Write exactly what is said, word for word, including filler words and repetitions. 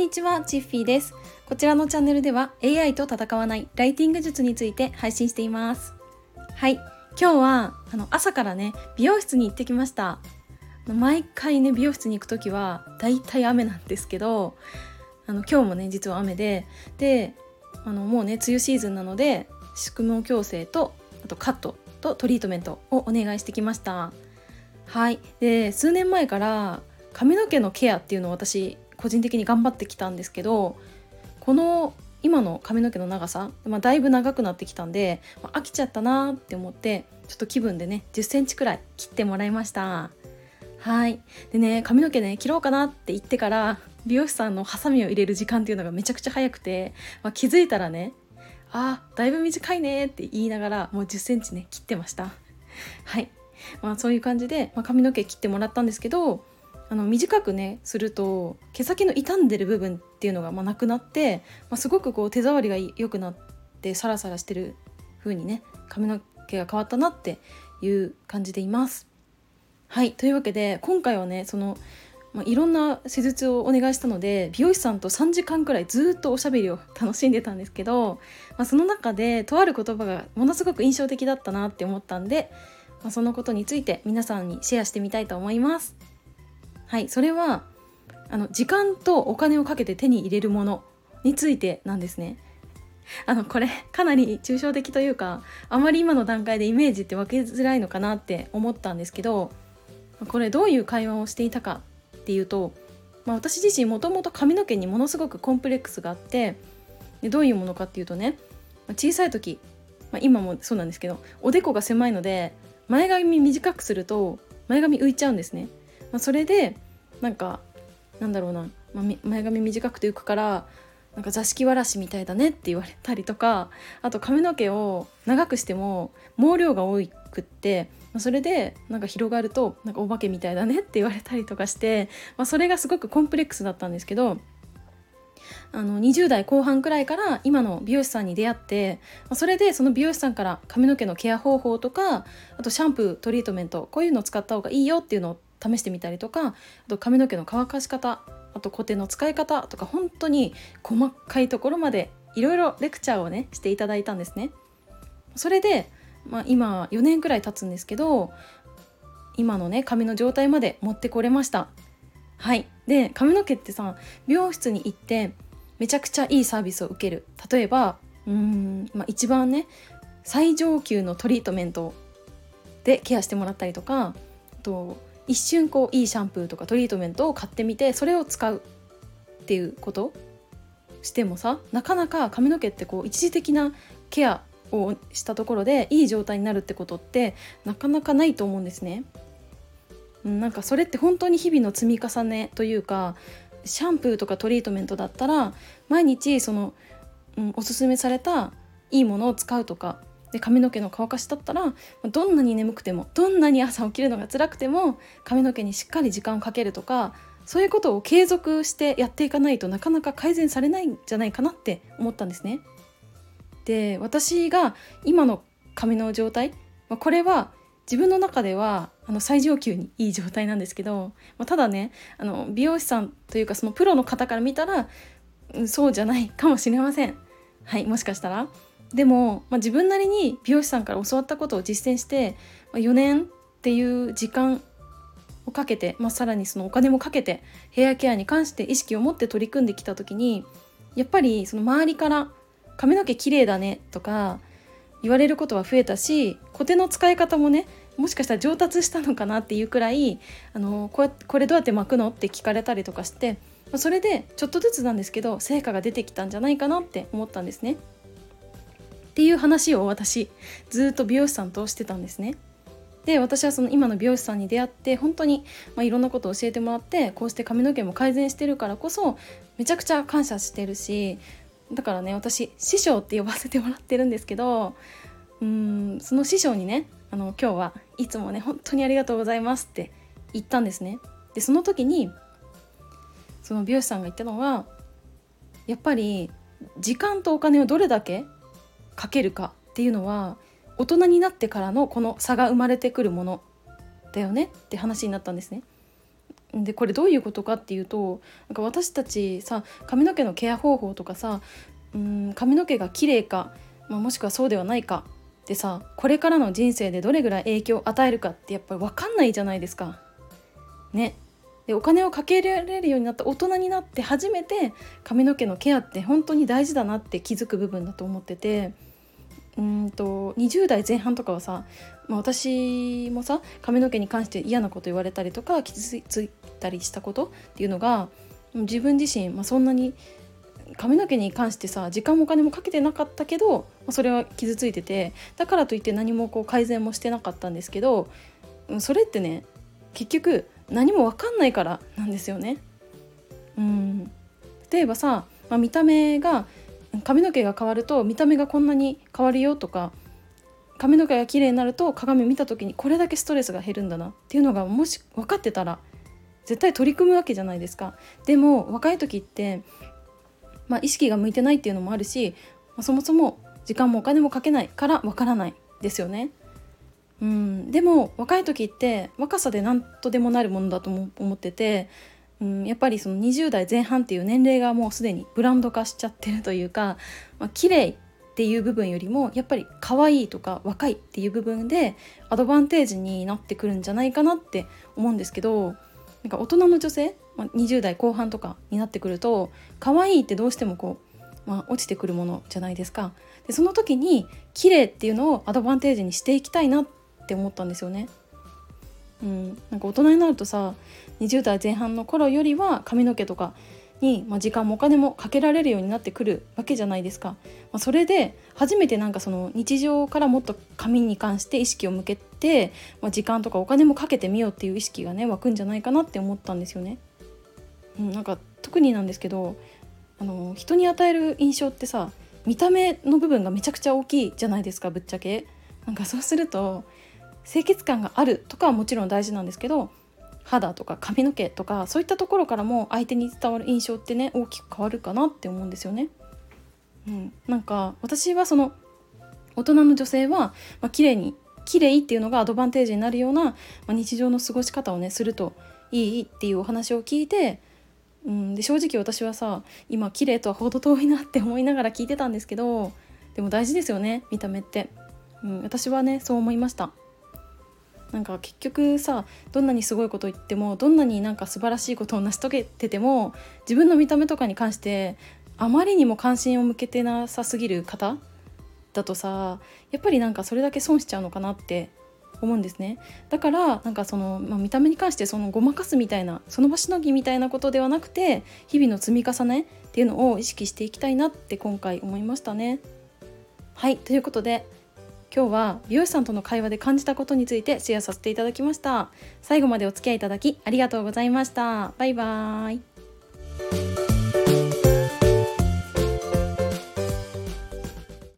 にちは、チッフィーです。こちらのチャンネルでは エーアイ と戦わないライティング術について配信しています。はい、今日はあの朝からね美容室に行ってきました。毎回ね美容室に行くときはだいたい雨なんですけど、あの今日もね実は雨でであのもうね梅雨シーズンなので宿毛矯正とあとカットとトリートメントをお願いしてきました。はい、で数年前から髪の毛のケアっていうのを私個人的に頑張ってきたんですけど、この今の髪の毛の長さ、まあ、だいぶ長くなってきたんで、まあ、飽きちゃったなって思ってちょっと気分でねじゅっセンチくらい切ってもらいました。はいでね髪の毛ね切ろうかなって言ってから美容師さんのハサミを入れる時間っていうのがめちゃくちゃ早くて、まあ、気づいたらねあーだいぶ短いねって言いながらもうじゅっセンチね切ってました。はい、まあ、そういう感じで、まあ、髪の毛切ってもらったんですけど、あの短くねすると毛先の傷んでる部分っていうのがまあなくなって、まあ、すごくこう手触りが良くなってサラサラしてる風にね髪の毛が変わったなっていう感じでいます。はいというわけで今回はねその、まあ、いろんな施術をお願いしたので美容師さんとさんじかんくらいずっとおしゃべりを楽しんでたんですけど、まあ、その中でとある言葉がものすごく印象的だったなって思ったんで、まあ、そのことについて皆さんにシェアしてみたいと思います。はい、それはあの時間とお金をかけて手に入れるものについてなんですね。あのこれかなり抽象的というかあまり今の段階でイメージって分けづらいのかなって思ったんですけど、これどういう会話をしていたかっていうと、まあ、私自身もともと髪の毛にものすごくコンプレックスがあって、でどういうものかっていうとね、小さい時、まあ、今もそうなんですけどおでこが狭いので前髪短くすると前髪浮いちゃうんですね。まあ、それでなんかなんだろうな、まあ、前髪短くて浮くからなんか座敷わらしみたいだねって言われたりとか、あと髪の毛を長くしても毛量が多くって、まあ、それでなんか広がるとなんかお化けみたいだねって言われたりとかして、まあ、それがすごくコンプレックスだったんですけど、あのにじゅう代後半くらいから今の美容師さんに出会って、それでその美容師さんから髪の毛のケア方法とか、あとシャンプートリートメントこういうのを使った方がいいよっていうのを試してみたりとか、あと髪の毛の乾かし方、あとコテの使い方とか本当に細かいところまでいろいろレクチャーをねしていただいたんですね。それで、まあ、今よねんくらい経つんですけど、今のね髪の状態まで持ってこれました。はい、で髪の毛ってさ、美容室に行ってめちゃくちゃいいサービスを受ける、例えばうーん、まあ、一番ね最上級のトリートメントでケアしてもらったりとか、あと一瞬こういいシャンプーとかトリートメントを買ってみてそれを使うっていうことしてもさ、なかなか髪の毛ってこう一時的なケアをしたところでいい状態になるってことってなかなかないと思うんですね。なんかそれって本当に日々の積み重ねというか、シャンプーとかトリートメントだったら毎日その、うん、おすすめされたいいものを使うとかで、髪の毛の乾かしだったらどんなに眠くてもどんなに朝起きるのが辛くても髪の毛にしっかり時間をかけるとか、そういうことを継続してやっていかないとなかなか改善されないんじゃないかなって思ったんですね。で私が今の髪の状態、これは自分の中ではあの最上級にいい状態なんですけど、まあ、ただねあの美容師さんというかそのプロの方から見たら、うん、そうじゃないかもしれません。はい、もしかしたらでも、まあ、自分なりに美容師さんから教わったことを実践して、まあ、よねんっていう時間をかけて、まあ、さらにそのお金もかけてヘアケアに関して意識を持って取り組んできた時に、やっぱりその周りから髪の毛綺麗だねとか言われることは増えたし、コテの使い方もねもしかしたら上達したのかなっていうくらい、あのこれ、これどうやって巻くのって聞かれたりとかして、それでちょっとずつなんですけど成果が出てきたんじゃないかなって思ったんですね。っていう話を私ずっと美容師さんとしてたんですね。で私はその今の美容師さんに出会って本当に、まあ、いろんなことを教えてもらって、こうして髪の毛も改善してるからこそめちゃくちゃ感謝してるし、だからね私師匠って呼ばせてもらってるんですけど、うーんその師匠にねあの今日はいつもね本当にありがとうございますって言ったんですね。でその時にその美容師さんが言ったのは、やっぱり時間とお金をどれだけかけるかっていうのは大人になってからのこの差が生まれてくるものだよねって話になったんですね。 でこれどういうことかっていうと、なんか私たちさ、髪の毛のケア方法とかさ、うーん髪の毛が綺麗か、まあ、もしくはそうではないかでさ、これからの人生でどれぐらい影響を与えるかってやっぱり分かんないじゃないですかね。でお金をかけられるようになった大人になって初めて髪の毛のケアって本当に大事だなって気づく部分だと思ってて、うーんとにじゅう代前半とかはさ、まあ、私もさ髪の毛に関して嫌なこと言われたりとか傷ついたりしたことっていうのが自分自身、まあ、そんなに髪の毛に関してさ時間もお金もかけてなかったけど、まあ、それは傷ついてて、だからといって何もこう改善もしてなかったんですけど、それってね結局何も分かんないからなんですよね。うん例えばさ、まあ、見た目が髪の毛が変わると見た目がこんなに変わるよとか、髪の毛が綺麗になると鏡見た時にこれだけストレスが減るんだなっていうのがもし分かってたら絶対取り組むわけじゃないですか。でも若い時って、まあ、意識が向いてないっていうのもあるし、まあ、そもそも時間もお金もかけないから分からないですよね。うん、でも若い時って若さで何とでもなるものだと思ってて、うん、やっぱりそのにじゅう代前半っていう年齢がもうすでにブランド化しちゃってるというか、まあ、綺麗っていう部分よりもやっぱり可愛いとか若いっていう部分でアドバンテージになってくるんじゃないかなって思うんですけど、なんか大人の女性、まあ、にじゅう代後半とかになってくると可愛いってどうしてもこう、まあ、落ちてくるものじゃないですか。でその時に綺麗っていうのをアドバンテージにしていきたいなって思ったんですよね。うん、なんか大人になるとさにじゅう代前半の頃よりは髪の毛とかに、まあ、時間もお金もかけられるようになってくるわけじゃないですか。まあ、それで初めてなんかその日常からもっと髪に関して意識を向けて、まあ、時間とかお金もかけてみようっていう意識がね湧くんじゃないかなって思ったんですよね。うん、なんか特になんですけど、あの人に与える印象ってさ見た目の部分がめちゃくちゃ大きいじゃないですか、ぶっちゃけ。なんかそうすると清潔感があるとかはもちろん大事なんですけど、肌とか髪の毛とかそういったところからも相手に伝わる印象ってね大きく変わるかなって思うんですよね。うん、なんか私はその大人の女性は、まあ、綺麗に綺麗っていうのがアドバンテージになるような、まあ、日常の過ごし方をねするといいっていうお話を聞いて、うん、で正直私はさ今綺麗とは程遠いなって思いながら聞いてたんですけど、でも大事ですよね見た目って、うん、私はねそう思いました。なんか結局さどんなにすごいこと言ってもどんなになんか素晴らしいことを成し遂げてても自分の見た目とかに関してあまりにも関心を向けてなさすぎる方だとさやっぱりなんかそれだけ損しちゃうのかなって思うんですね。だからなんかその、まあ、見た目に関してそのごまかすみたいなその場しのぎみたいなことではなくて日々の積み重ねっていうのを意識していきたいなって今回思いましたね。はいということで今日は美容師さんとの会話で感じたことについてシェアさせていただきました。最後までお付き合いいただきありがとうございました。バイバーイ。